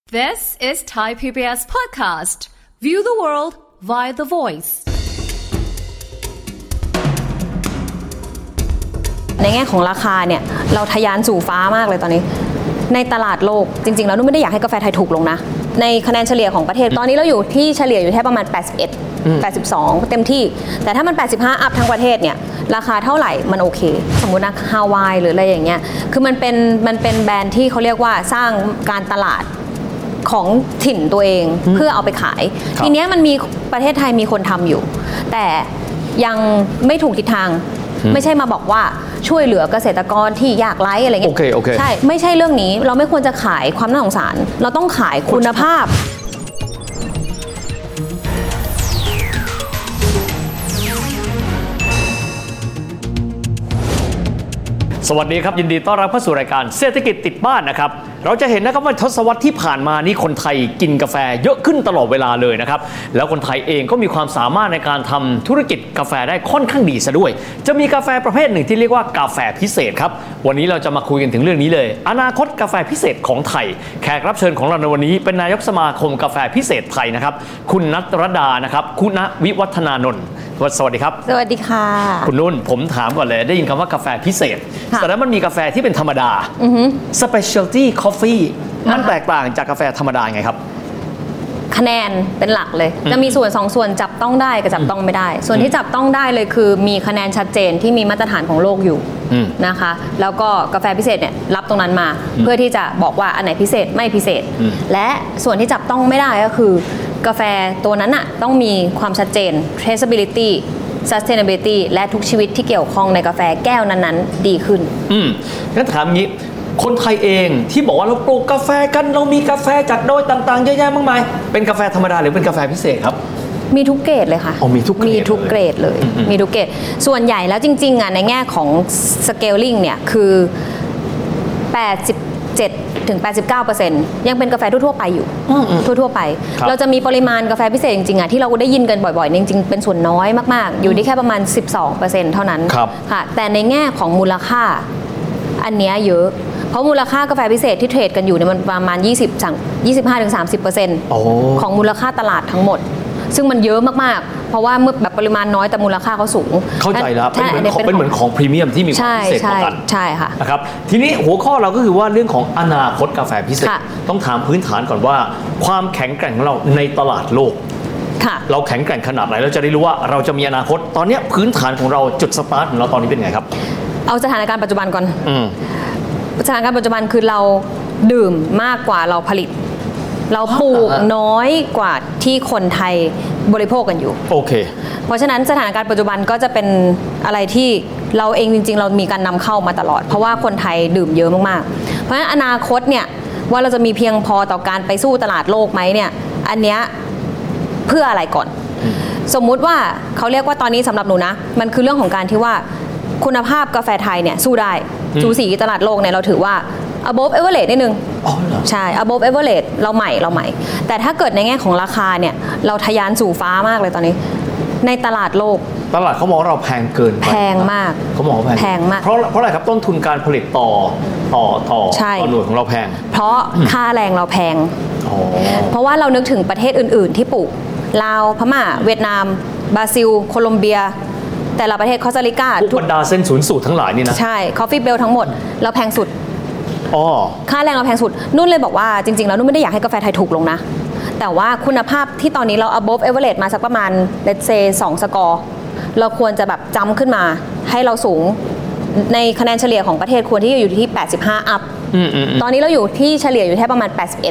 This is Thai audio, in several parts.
This is Thai PBS podcast. View the world via the voice. ในแง่ของราคาเนี่ยเราทะยานสู่ฟ้ามากเลยตอนนี้ในตลาดโลกจริงๆแล้วนุ่นไม่ได้อยากให้กาแฟไทยถูกลงนะในคะแนนเฉลี่ยของประเทศตอนนี้เราอยู่ที่เฉลี่ยอยู่แค่ประมาณ81 82เต็มที่แต่ถ้ามัน85อัพทั้งประเทศเนี่ยราคาเท่าไหร่มันโอเคสมมุตินะฮาวายหรืออะไรอย่างเงี้ยคือมันเป็นแบรนด์ที่เขาเรียกว่าสร้างการตลาดของถิ่นตัวเองเพื่อเอาไปขายทีเนี้ยมันมีประเทศไทยมีคนทำอยู่แต่ยังไม่ถูกทิศทางไม่ใช่มาบอกว่าช่วยเหลือเกษตรกรที่ยากไร้อะไรเงี้ยใช่ไม่ใช่เรื่องนี้เราไม่ควรจะขายความน่าสงสารเราต้องขายคุณภาพสวัสดีครับยินดีต้อนรับเข้าสู่รายการเศรษฐกิจติดบ้านนะครับเราจะเห็นนะครับว่าทศวรรษที่ผ่านมานี้คนไทยกินกาแฟเยอะขึ้นตลอดเวลาเลยนะครับแล้วคนไทยเองก็มีความสามารถในการทำธุรกิจกาแฟได้ค่อนข้างดีซะด้วยจะมีกาแฟประเภทหนึ่งที่เรียกว่ากาแฟพิเศษครับวันนี้เราจะมาคุยกันถึงเรื่องนี้เลยอนาคตกาแฟพิเศษของไทยแขกรับเชิญของเราในวันนี้เป็นนายกสมาคมกาแฟพิเศษไทยนะครับคุณณัฐรดานะครับคุณวิวัฒนานนท์สวัสดีครับสวัสดีค่ะคุณนุ่นผมถามก่อนเลยได้ยินคำว่ากาแฟพิเศษแต่แล้วมันมีกาแฟที่เป็นธรรมดา specialty coffee มันแตกต่างจากกาแฟธรรมดาไงครับคะแนนเป็นหลักเลยจะมีส่วน2ส่วนจับต้องได้กับจับต้องไม่ได้ส่วนที่จับต้องได้เลยคือมีคะแนนชัดเจนที่มีมาตรฐานของโลกอยู่นะคะแล้วก็กาแฟพิเศษเนี่ยรับตรงนั้นมาเพื่อที่จะบอกว่าอันไหนพิเศษไม่พิเศษและส่วนที่จับต้องไม่ได้ก็คือกาแฟตัวนั้นน่ะต้องมีความชัดเจน traceability sustainability และทุกชีวิตที่เกี่ยวข้องในกาแฟแก้วนั้นๆดีขึ้นงั้นถามงี้คนไทยเองที่บอกว่าเราปลูกกาแฟกันเรามีกาแฟจากดอยต่างๆเยอะแยะมากมายเป็นกาแฟธรรมดาหรือเป็นกาแฟพิเศษครับมีทุกเกรดเลยค่ะมีทุกเกรดเลยมีทุกเกรดส่วนใหญ่แล้วจริงๆอ่ะในแง่ของ scaling เนี่ยคือ87ถึง 89% ยังเป็นกาแฟทั่วๆไปอยู่ทั่วๆไปเราจะมีปริมาณกาแฟพิเศษจริงๆอ่ะที่เราได้ยินกันบ่อยๆจริงๆเป็นส่วนน้อยมากๆอยู่ที่แค่ประมาณ 12% เท่านั้นค่ะแต่ในแง่ของมูลค่าอันเนี้ยเยอะเพราะมูลค่ากาแฟพิเศษที่เทรดกันอยู่เนี่ยมันประมาณ25-30% ของมูลค่าตลาดทั้งหมดซึ่งมันเยอะมากๆเพราะว่าเมื่อแบบปริมาณน้อยแต่มูลค่าเขาสูงเข้าใจแล้วเป็นเหมือนของพรีเมียมที่มีความพิเศษกว่ากันใช่ค่ะนะครับทีนี้หัวข้อเราก็คือว่าเรื่องของอนาคตกาแฟพิเศษต้องถามพื้นฐานก่อนว่าความแข็งแกร่งของเราในตลาดโลกเราแข็งแกร่งขนาดไหนเราจะได้รู้ว่าเราจะมีอนาคตตอนนี้พื้นฐานของเราจุดสตาร์ทของเราตอนนี้เป็นไงครับเอาสถานการณ์ปัจจุบันก่อนสถานการณ์ปัจจุบันคือเราดื่มมากกว่าเราผลิตเราปลูกน้อยกว่าที่คนไทยบริโภคกันอยู่โอเคเพราะฉะนั้นสถานการณ์ปัจจุบันก็จะเป็นอะไรที่เราเองจริงๆเรามีการนำเข้ามาตลอดเพราะว่าคนไทยดื่มเยอะมากๆเพราะฉะนั้นอนาคตเนี่ยว่าเราจะมีเพียงพอต่อการไปสู้ตลาดโลกไหมเนี่ยอันเนี้ยเพื่ออะไรก่อนสมมุติว่าเขาเรียกว่าตอนนี้สำหรับหนูนะมันคือเรื่องของการที่ว่าคุณภาพกาแฟไทยเนี่ยสู้ได้สูสีตลาดโลกเนี่ยเราถือว่า above average นิดนึงใช่ above average เราใหม่แต่ถ้าเกิดในแง่ของราคาเนี่ยเราทะยานสู่ฟ้ามากเลยตอนนี้ในตลาดโลกตลาดเขาบอกเราแพงเกินแพงมากเขาบอกว่าแพงมากเพราะอะไรครับต้นทุนการผลิตต่อหน่วยของเราแพงเพราะค่าแรงเราแพงเพราะว่าเรานึกถึงประเทศอื่นๆที่ปลูกลาวพม่าเวียดนามบราซิลโคลอมเบียแต่ละประเทศคอสตาริกาทุกบรรดาเส้นศูนย์สูตรทั้งหลายนี่นะใช่คอฟฟี่เบลทั้งหมดเราแพงสุดค่าแรงเราแพงสุดนุ่นเลยบอกว่าจริงๆแล้วนุ่นไม่ได้อยากให้กาแฟไทยถูกลงนะแต่ว่าคุณภาพที่ตอนนี้เรา above average มาสักประมาณ let's say 2 สกอร์เราควรจะแบบจำขึ้นมาให้เราสูงในคะแนนเฉลี่ยของประเทศควรที่จะอยู่ที่85อัพตอนนี้เราอยู่ที่เฉลี่ยอยู่แค่ประมาณ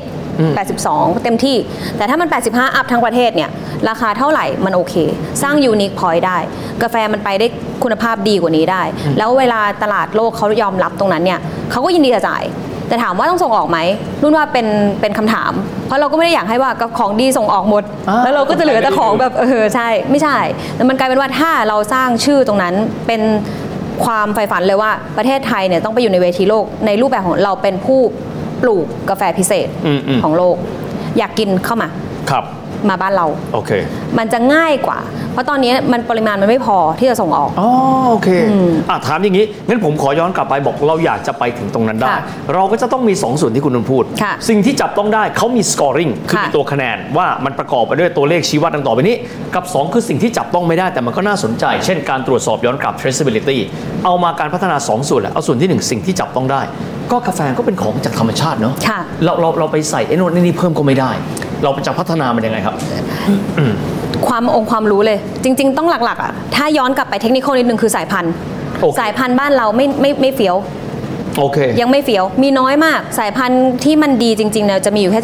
82เต็มที่แต่ถ้ามัน85อัพทั้งประเทศเนี่ยราคาเท่าไหร่มันโอเคสร้างยูนิคพอยต์ได้กาแฟมันไปได้คุณภาพดีกว่านี้ได้แล้วเวลาตลาดโลกเขายอมรับตรงนั้นเนี่ยเขาก็ยินดีจะจ่ายแต่ถามว่าต้องส่งออกไหมนุ่นว่าเป็นคำถามเพราะเราก็ไม่ได้อยากให้ว่าของดีส่งออกหมดแล้วเราก็จะเหลือแต่ของแบบใช่ไม่ใช่แต่มันกลายเป็นว่าถ้าเราสร้างชื่อตรงนั้นเป็นความใฝ่ฝันเลยว่าประเทศไทยเนี่ยต้องไปอยู่ในเวทีโลกในรูปแบบของเราเป็นผู้ปลูกกาแฟพิเศษของโลกอยากกินเข้ามาครับมาบ้านเราโอเคมันจะง่ายกว่าเพราะตอนนี้มันปริมาณมันไม่พอที่จะส่งออกอ๋อโอเคถามอย่างนี้งั้นผมขอย้อนกลับไปบอกเราอยากจะไปถึงตรงนั้นได้เราก็จะต้องมี2ส่วนที่คุณพูดสิ่งที่จับต้องได้เขามี scoring คือมีตัวคะแนนว่ามันประกอบไปด้วยตัวเลขชี้วัดดังต่อไปนี้กับ2คือสิ่งที่จับต้องไม่ได้แต่มันก็น่าสนใจเช่นการตรวจสอบย้อนกลับ traceability เอามาการพัฒนา2ส่วนแหละเอาส่วนที่1สิ่งที่จับต้องได้ก็กาแฟก็เป็นของจากธรรมชาติเนาะเราไปใส่ไอ้โน่นนี่เพิ่มก็ไม่ได้เราจะพัฒนามันยังไงครับความรู้เลยจริงๆต้องหลักๆอ่ะถ้าย้อนกลับไปเทคนิคนิดนึงคือสายพันธุ์บ้านเราไม่เฟี้ยวโอเคยังไม่เฟี้ยวมีน้อยมากสายพันธุ์ที่มันดีจริงๆเนี่ยจะมีอยู่แค่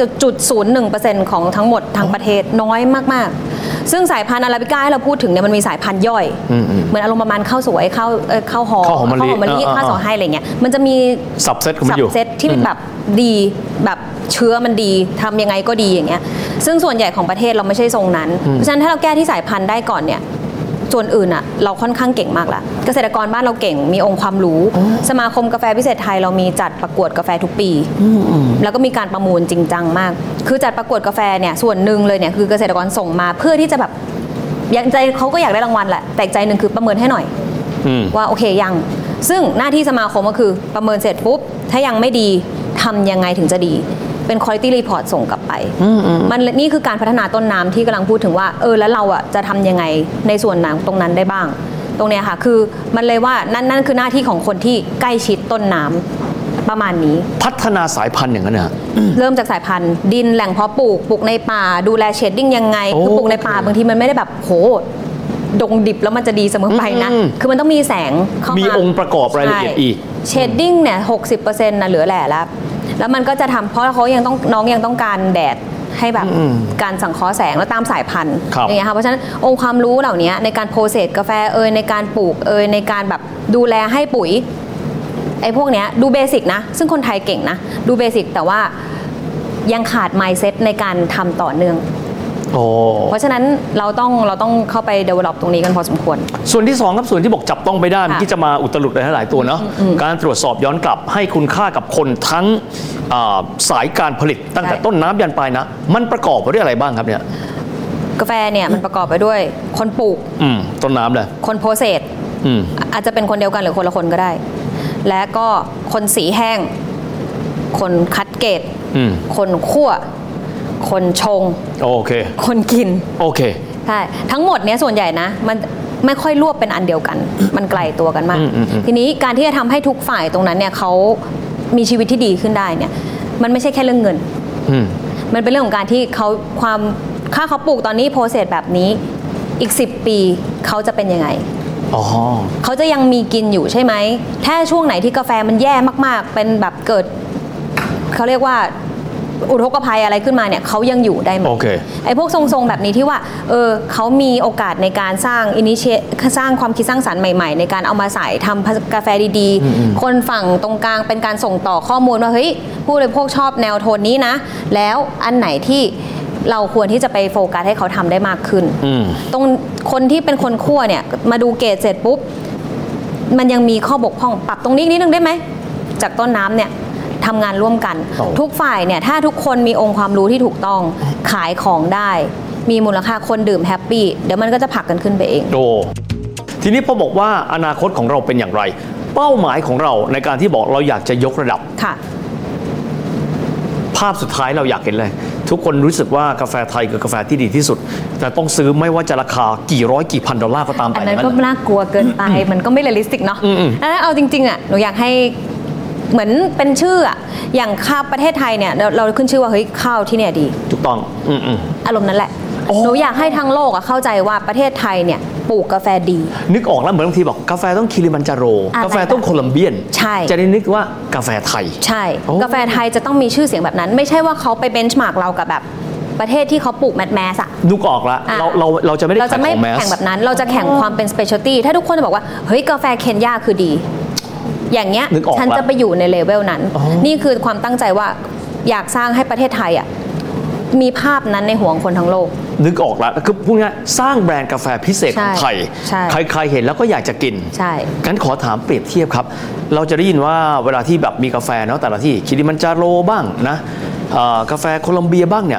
0.01% ของทั้งหมดทั้งประเทศน้อยมากๆซึ่งสายพันธุ์อาราบิก้าที่เราพูดถึงเนี่ยมันมีสายพันธุ์ย่อยเหมือนอารมณ์ประมาณข้าวสวยข้าวหอมมะลิข้าวสอให้อะไรเงี้ยมันจะมีสับเซตที่แบบดีแบบเชื้อมันดีทำยังไงก็ดีอย่างเงี้ยซึ่งส่วนใหญ่ของประเทศเราไม่ใช่ทรงนั้นเพราะฉะนั้นถ้าเราแก้ที่สายพันธุ์ได้ก่อนเนี่ยส่วนอื่นอะเราค่อนข้างเก่งมากละเกษตรกรบ้านเราเก่งมีองค์ความรู้สมาคมกาแฟพิเศษไทยเรามีจัดประกวดกาแฟทุกปีแล้วก็มีการประมูลจริงจังมากคือจัดประกวดกาแฟเนี่ยส่วนหนึ่งเลยเนี่ยคือเกษตรกรส่งมาเพื่อที่จะแบบอย่างใจเขาก็อยากได้รางวัลแหละแต่ใจหนึ่งคือประเมินให้หน่อยว่าโอเคยังซึ่งหน้าที่สมาคมก็คือประเมินเสร็จปุ๊บถ้ายังไม่ดีทำยังไงถึงจะดีเป็น quality report ส่งกลับไปมันนี่คือการพัฒนาต้นน้ำที่กำลังพูดถึงว่าแล้วเราจะทำยังไงในส่วนไหนตรงนั้นได้บ้างตรงเนี้ยค่ะคือมันเลยว่านั่นคือหน้าที่ของคนที่ใกล้ชิดต้นน้ำประมาณนี้พัฒนาสายพันธุ์อย่างนั้นนะเริ่มจากสายพันธุ์ดินแหล่งเพาะปลูกในป่าดูแลเชดดิ้งยังไงคือปลูกในป่าบางทีมันไม่ได้แบบโหดงดิบแล้วมันจะดีเสมอไปนะคือมันต้องมีแสงเข้ามามีองค์ประกอบรายละเอียดอีกเชดดิ้งเนี่ย 60% นะเหลือแหล่แล้วมันก็จะทำเพราะเขายังต้องการแดดให้แบบการสังเคราะห์แสงแล้วตามสายพันธุ์อย่างเงี้ยค่ะเพราะฉะนั้นองค์ความรู้เหล่านี้ในการโปรเซสกาแฟในการปลูกในการแบบดูแลให้ปุ๋ยไอ้พวกเนี้ยดูเบสิกนะซึ่งคนไทยเก่งนะดูเบสิกแต่ว่ายังขาด mindset ในการทำต่อเนื่องเพราะฉะนั้นเราต้องเข้าไป develop ตรงนี้กันพอสมควรส่วนที่2ครับส่วนที่บอกจับต้องไม่ได้ที่จะมาอุตลุดหลายตัวเนาะการตรวจสอบย้อนกลับให้คุณค่ากับคนทั้งสายการผลิตตั้งแต่ต้นน้ำยันปลายนะมันประกอบไปด้วยอะไรบ้างครับเนี่ยกาแฟเนี่ยมันประกอบไปด้วยคนปลูกต้นน้ำเลยคนโปรเซสอาจจะเป็นคนเดียวกันหรือคนละคนก็ได้และก็คนสีแห้งคนคัดเกรดคนคั่วคนชงโอเคคนกินโอเคใช่ทั้งหมดเนี้ยส่วนใหญ่นะมันไม่ค่อยรวบเป็นอันเดียวกันมันไกลตัวกันมากทีนี้การที่จะทำให้ทุกฝ่ายตรงนั้นเนี่ยเขามีชีวิตที่ดีขึ้นได้เนี่ยมันไม่ใช่แค่เรื่องเงินมันเป็นเรื่องของการที่เขาค่าเขาปลูกตอนนี้โปรเซสแบบนี้อีก10 ปีเขาจะเป็นยังไงเขาจะยังมีกินอยู่ใช่ไหมถ้าช่วงไหนที่กาแฟมันแย่มากๆเป็นแบบเกิดเขาเรียกว่าอุทกภัยอะไรขึ้นมาเนี่ยเขายังอยู่ได้ไหมไอ้พวกทรงๆแบบนี้ที่ว่าเขามีโอกาสในการสร้างความคิดสร้างสรรค์ใหม่ๆในการเอามาใส่ทำกาแฟดีๆคนฝั่งตรงกลางเป็นการส่งต่อข้อมูลว่าเฮ้ยผู้บริโภคชอบแนวโทนนี้นะแล้วอันไหนที่เราควรที่จะไปโฟกัสให้เขาทำได้มากขึ้นตรงคนที่เป็นคนคั่วเนี่ยมาดูเกรดเสร็จปุ๊บมันยังมีข้อบกพร่องปรับตรงนี้นิดนึงได้ไหมจากต้นน้ำเนี่ยทำงานร่วมกันทุกฝ่ายเนี่ยถ้าทุกคนมีองค์ความรู้ที่ถูกต้องขายของได้มีมูลค่าคนดื่มแฮปปี้เดี๋ยวมันก็จะผลักกันขึ้นไปเองทีนี้พอบอกว่าอนาคตของเราเป็นอย่างไรเป้าหมายของเราในการที่บอกเราอยากจะยกระดับค่ะภาพสุดท้ายเราอยากเห็นเลยทุกคนรู้สึกว่ากาแฟไทยคือกาแฟที่ดีที่สุดแต่ต้องซื้อไม่ว่าจะราคากี่ร้อยกี่พันดอลลาร์ก็ตามแต่อันนั้นก็น่ากลัวเกินไปมันก็ไม่เรียลลิสติกเนาะเอาจริงๆอ่ะหนูอยากให้เหมือนเป็นชื่ออะอย่างข้าวประเทศไทยเนี่ยเราขึ้นชื่อว่าเฮ้ยข้าวที่เนี่ยดีถูกต้องอารมณ์นั้นแหละหนูอยากให้ทั้งโลกเข้าใจว่าประเทศไทยเนี่ยปลูกกาแฟดีนึกออกแล้วเหมือนบางทีบอกกาแฟต้องคิลิมันจาโรกาแฟต้องโคลัมเบียนใช่จะได้นึกว่ากาแฟไทยใช่กาแฟไทยจะต้องมีชื่อเสียงแบบนั้นไม่ใช่ว่าเขาไปเบนช์มาร์กเรากับแบบประเทศที่เขาปลูกแมสอะนึกออกละเราจะไม่ได้แข่งแบบนั้นเราจะแข่งความเป็นสเปเชียลตี้ถ้าทุกคนจะบอกว่าเฮ้ยกาแฟเคนยาคือดีอย่างเงี้ยฉันจะไปอยู่ในเลเวลนั้นนี่คือความตั้งใจว่าอยากสร้างให้ประเทศไทยอ่ะมีภาพนั้นในหัวของคนทั้งโลกนึกออกแล้วคือพูดง่ายสร้างแบรนด์กาแฟพิเศษของไทยใครๆเห็นแล้วก็อยากจะกินใช่งั้นขอถามเปรียบเทียบครับเราจะได้ยินว่าเวลาที่แบบมีกาแฟเนาะแต่ละที่คิลิมันจาโรบ้างนะกาแฟโคลัมเบียบ้างเนี่ย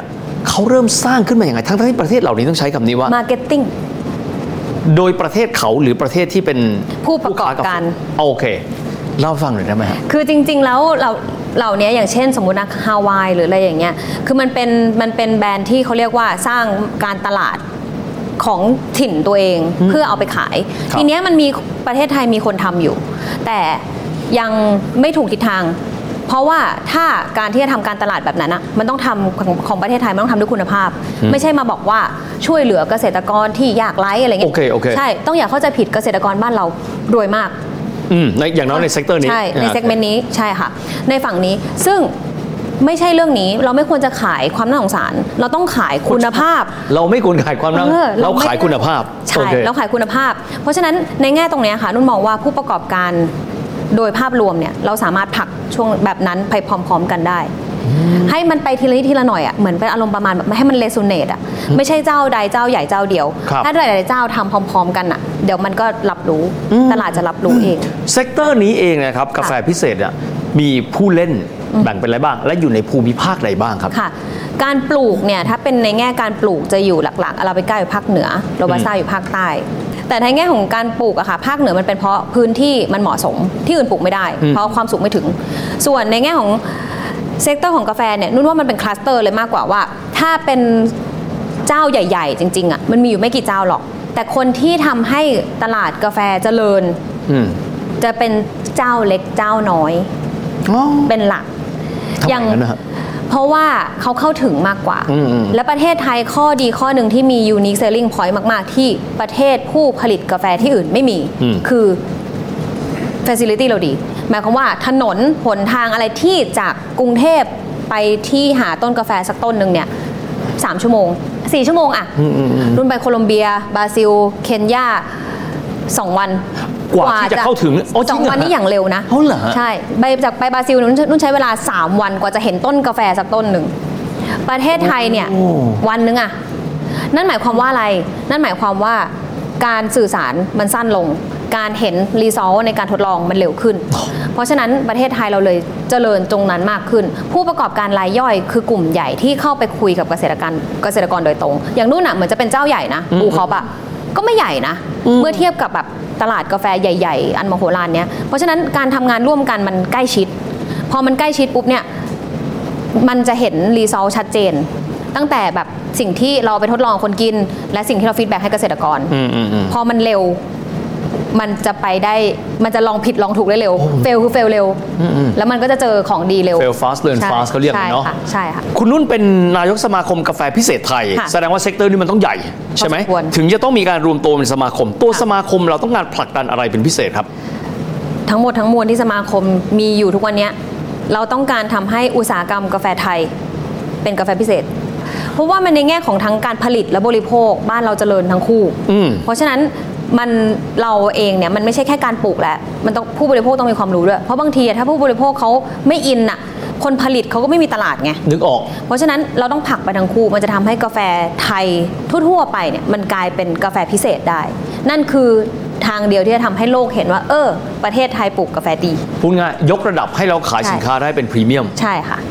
เขาเริ่มสร้างขึ้นมาอย่างไรทั้งที่ประเทศเหล่านี้ต้องใช้คำนี้ว่า marketing โดยประเทศเขาหรือประเทศที่เป็นผู้ประกอบการโอเคเล่าฟังหน่อยได้ไหมฮะคือจริงๆแล้วเหล่านี้อย่างเช่นสมมุตินะฮาวายหรืออะไรอย่างเงี้ยคือมันเป็นแบรนด์ที่เขาเรียกว่าสร้างการตลาดของถิ่นตัวเองเพื่อเอาไปขายทีเนี้ยมันมีประเทศไทยมีคนทำอยู่แต่ยังไม่ถูกทิศทางเพราะว่าถ้าการที่จะทำการตลาดแบบนั้นนะมันต้องทำของประเทศไทยมันต้องทำด้วยคุณภาพไม่ใช่มาบอกว่าช่วยเหลือเกษตรกรที่ยากไร้อะไรเงี้ยใช่ต้องอย่าเข้าใจผิดเกษตรกรบ้านเรารวยมากในอย่างน้อยในเซกเตอร์นี้ใช่ในเซกเมนต์นี้ใช่ค่ะในฝั่งนี้ซึ่งไม่ใช่เรื่องนี้เราไม่ควรจะขายความน่าสงสารเราต้องขายคุณภาพเราไม่ควรขายความน่าเราขายคุณภาพใช่เราขายคุณภาพเพราะฉะนั้นในแง่ตรงนี้ค่ะนุ่นมองว่าผู้ประกอบการโดยภาพรวมเนี่ยเราสามารถผลักช่วงแบบนั้นไปพร้อมๆกันได้ให้มันไปทีละนิดทีละหน่อยอ่ะเหมือนเป็นอารมณ์ประมาณแบบให้มันเรโซเนตอ่ะไม่ใช่เจ้าใดเจ้าใหญ่เจ้าเดียวถ้าหลายๆเจ้าทำพร้อมๆกันอ่ะเดี๋ยวมันก็รับรู้ตลาดจะรับรู้เองเซกเตอร์นี้เองนะครับกาแฟพิเศษอ่ะมีผู้เล่นแบ่งเป็นอะไรบ้างและอยู่ในภูมิภาคใดบ้างครับค่ะการปลูกเนี่ยถ้าเป็นในแง่การปลูกจะอยู่หลักๆอาราบิก้าอยู่ภาคเหนือโรบัสต้าอยู่ภาคใต้แต่ในแง่ของการปลูกอะค่ะภาคเหนือมันเป็นเพราะพื้นที่มันเหมาะสมที่อื่นปลูกไม่ได้เพราะความสูงไม่ถึงส่วนในแง่ของเซกเตอร์ของกาแฟเนี่ยนุ่นว่ามันเป็นคลัสเตอร์เลยมากกว่าว่าถ้าเป็นเจ้าใหญ่ๆจริงๆอะมันมีอยู่ไม่กี่เจ้าหรอกแต่คนที่ทำให้ตลาดกาแฟเจริญจะเป็นเจ้าเล็กเจ้าน้อยเป็นหลักอย่างเพราะว่าเขาเข้าถึงมากกว่าและประเทศไทยข้อดีข้อหนึ่งที่มี unique selling point มากๆที่ประเทศผู้ผลิตกาแฟที่อื่นไม่มีคือ facility เราดีหมายความว่าถนนหนทางอะไรที่จากกรุงเทพไปที่หาต้นกาแฟสักต้นหนึ่งเนี่ย3 ชั่วโมง4 ชั่วโมงอะรุ่นไปโคลอมเบียบราซิลเคนยา2 วันกว่าที่จะเข้าถึง 2 วันนี่อย่างเร็วนะใช่ไปบราซิลนุ่นใช้เวลา3 วันกว่าจะเห็นต้นกาแฟสักต้นหนึ่งประเทศไทยเนี่ยวันนึงอะนั่นหมายความว่าอะไรนั่นหมายความว่าการสื่อสารมันสั้นลงการเห็นรีซอลในการทดลองมันเร็วขึ้นเพราะฉะนั้นประเทศไทยเราเลยเจริญตรงนั้นมากขึ้นผู้ประกอบการรายย่อยคือกลุ่มใหญ่ที่เข้าไปคุยกับเกษตรกรโดยตรงอย่างนู่นอะเหมือนจะเป็นเจ้าใหญ่นะบูคอปอะก็ไม่ใหญ่นะเมื่อเทียบกับแบบตลาดกาแฟใหญ่ๆอันมโหฬารเนี้ยเพราะฉะนั้นการทำงานร่วมกันมันใกล้ชิดพอมันใกล้ชิดปุ๊บเนี่ยมันจะเห็นรีซอลชัดเจนตั้งแต่แบบสิ่งที่เราไปทดลองคนกินและสิ่งที่เราฟีดแบ็กให้เกษตรกรพอมันเร็วมันจะไปได้มันจะลองผิดลองถูกได้เร็วเฟลคือเฟลเร็วแล้วมันก็จะเจอของดีเร็ว fail fast learn fast เขาเรียกเนาะใช่ค่ะคุณนุ่นเป็นนายกสมาคมกาแฟพิเศษไทยแสดงว่าเซกเตอร์นี้มันต้องใหญ่ใช่ไหมถึงจะต้องมีการรวมตัวเป็นสมาคมตัวสมาคมเราต้องการผลักดันอะไรเป็นพิเศษครับทั้งหมดทั้งมวลที่สมาคมมีอยู่ทุกวันนี้เราต้องการทำให้อุตสาหกรรมกาแฟไทยเป็นกาแฟพิเศษเพราะว่ามันในแง่ของทั้งการผลิตและบริโภคบ้านเราเจริญทั้งคู่เพราะฉะนั้นเราเองเนี่ยมันไม่ใช่แค่การปลูกแหละมันต้องผู้บริโภคต้องมีความรู้ด้วยเพราะบางทีถ้าผู้บริโภคเขาไม่อินอ่ะคนผลิตเขาก็ไม่มีตลาดไงนึกออกเพราะฉะนั้นเราต้องผลักไปทั้งคู่มันจะทำให้กาแฟไทยทั่วๆไปเนี่ยมันกลายเป็นกาแฟพิเศษได้นั่นคือทางเดียวที่จะทำให้โลกเห็นว่าประเทศไทยปลูกกาแฟดีพูดง่ายยกระดับให้เราขายสินค้าได้เป็นพรีเมียมใช่ค่ะ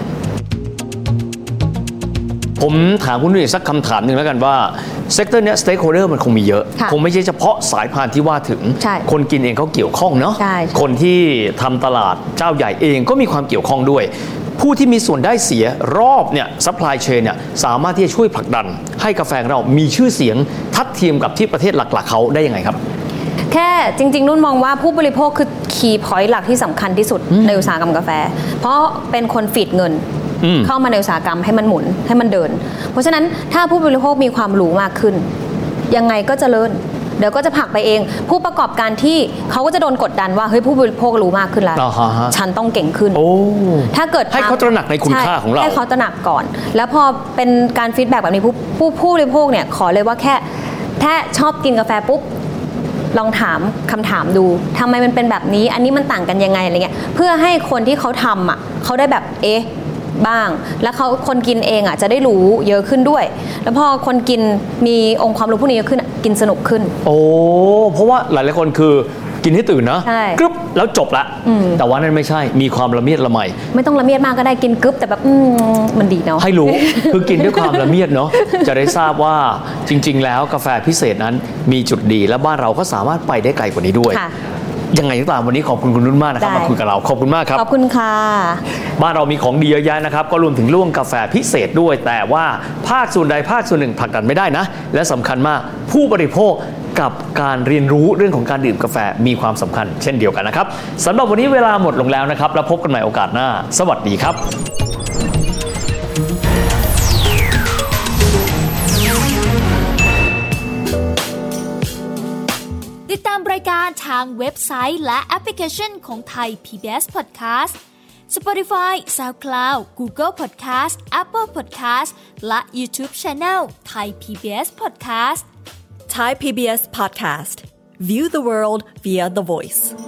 ผมถามคุณนุ่นอีกสักคำถามหนึ่งแล้วกันว่าเซกเตอร์เนี้ยสเต็กโฮลเดอร์มันคงมีเยอะคงไม่ใช่เฉพาะสายพานที่ว่าถึงคนกินเองเขาเกี่ยวข้องเนาะคนที่ทำตลาดเจ้าใหญ่เองก็มีความเกี่ยวข้องด้วยผู้ที่มีส่วนได้เสียรอบเนี่ยซัพพลายเชนเนี่ยสามารถที่จะช่วยผลักดันให้กาแฟเรามีชื่อเสียงทัดเทียมกับที่ประเทศหลักๆเขาได้ยังไงครับแค่จริงๆนุ่นมองว่าผู้บริโภคคือคีย์พอยต์หลักที่สำคัญที่สุดในอุตสาหกรรมกาแฟเพราะเป็นคนฟีดเงินเข้ามาในอุตสาหกรรมให้มันหมุนให้มันเดินเพราะฉะนั้นถ้าผู้บริโภคมีความรู้มากขึ้นยังไงก็เจริญเดี๋ยวก็จะผลักไปเองผู้ประกอบการที่เขาก็จะโดนกดดันว่าเฮ้ยผู้บริโภครู้มากขึ้นแล้วฉันต้องเก่งขึ้นถ้าเกิดให้เขาตระหนักในคุณค่าของเราให้เขาตระหนักก่อนแล้วพอเป็นการฟีดแบ็กแบบนี้ผู้บริโภคเนี่ยขอเลยว่าแค่ชอบกินกาแฟปุ๊บลองถามคำถามดูทำไมมันเป็นแบบนี้อันนี้มันต่างกันยังไงอะไรเงี้ยเพื่อให้คนที่เขาทำอ่ะเขาได้แบบบ้างแล้วเขาคนกินเองอ่ะจะได้รู้เยอะขึ้นด้วยแล้วพอคนกินมีองค์ความรู้พวกนี้เยอะขึ้นกินสนุกขึ้นเพราะว่าหลายๆคนคือกินให้ตื่นนะกรึ๊บแล้วจบละแต่ว่านั่นไม่ใช่มีความละเมียดละไมไม่ต้องละเมียดมากก็ได้กินกรึ๊บแต่แบบมันดีเนาะให้รู้ คือกินด้วยความละเมียดเนาะจะได้ทราบว่าจริงๆแล้วกาแฟพิเศษนั้นมีจุดดีและบ้านเราก็สามารถไปได้ไกลกว่านี้ด้วยยังไงก็ตามวันนี้ขอบคุณคุณนุ่นมากนะครับมาคุยกับเราขอบคุณมากครับขอบคุณค่ะบ้านเรามีของดีเยอะแยะนะครับก็รวมถึงเรื่องกาแฟพิเศษด้วยแต่ว่าภาคส่วนใดภาคส่วนหนึ่งผลักดันไม่ได้นะและสำคัญมากผู้บริโภคกับการเรียนรู้เรื่องของการดื่มกาแฟมีความสำคัญเช่นเดียวกันนะครับสำหรับวันนี้เวลาหมดลงแล้วนะครับแล้วพบกันใหม่โอกาสหน้าสวัสดีครับติดตามรายการทางเว็บไซต์และแอปพลิเคชันของไทย PBS Podcast Spotify SoundCloud Google Podcast Apple Podcast และ YouTube Channel Thai PBS Podcast Thai PBS Podcast View the world via the voice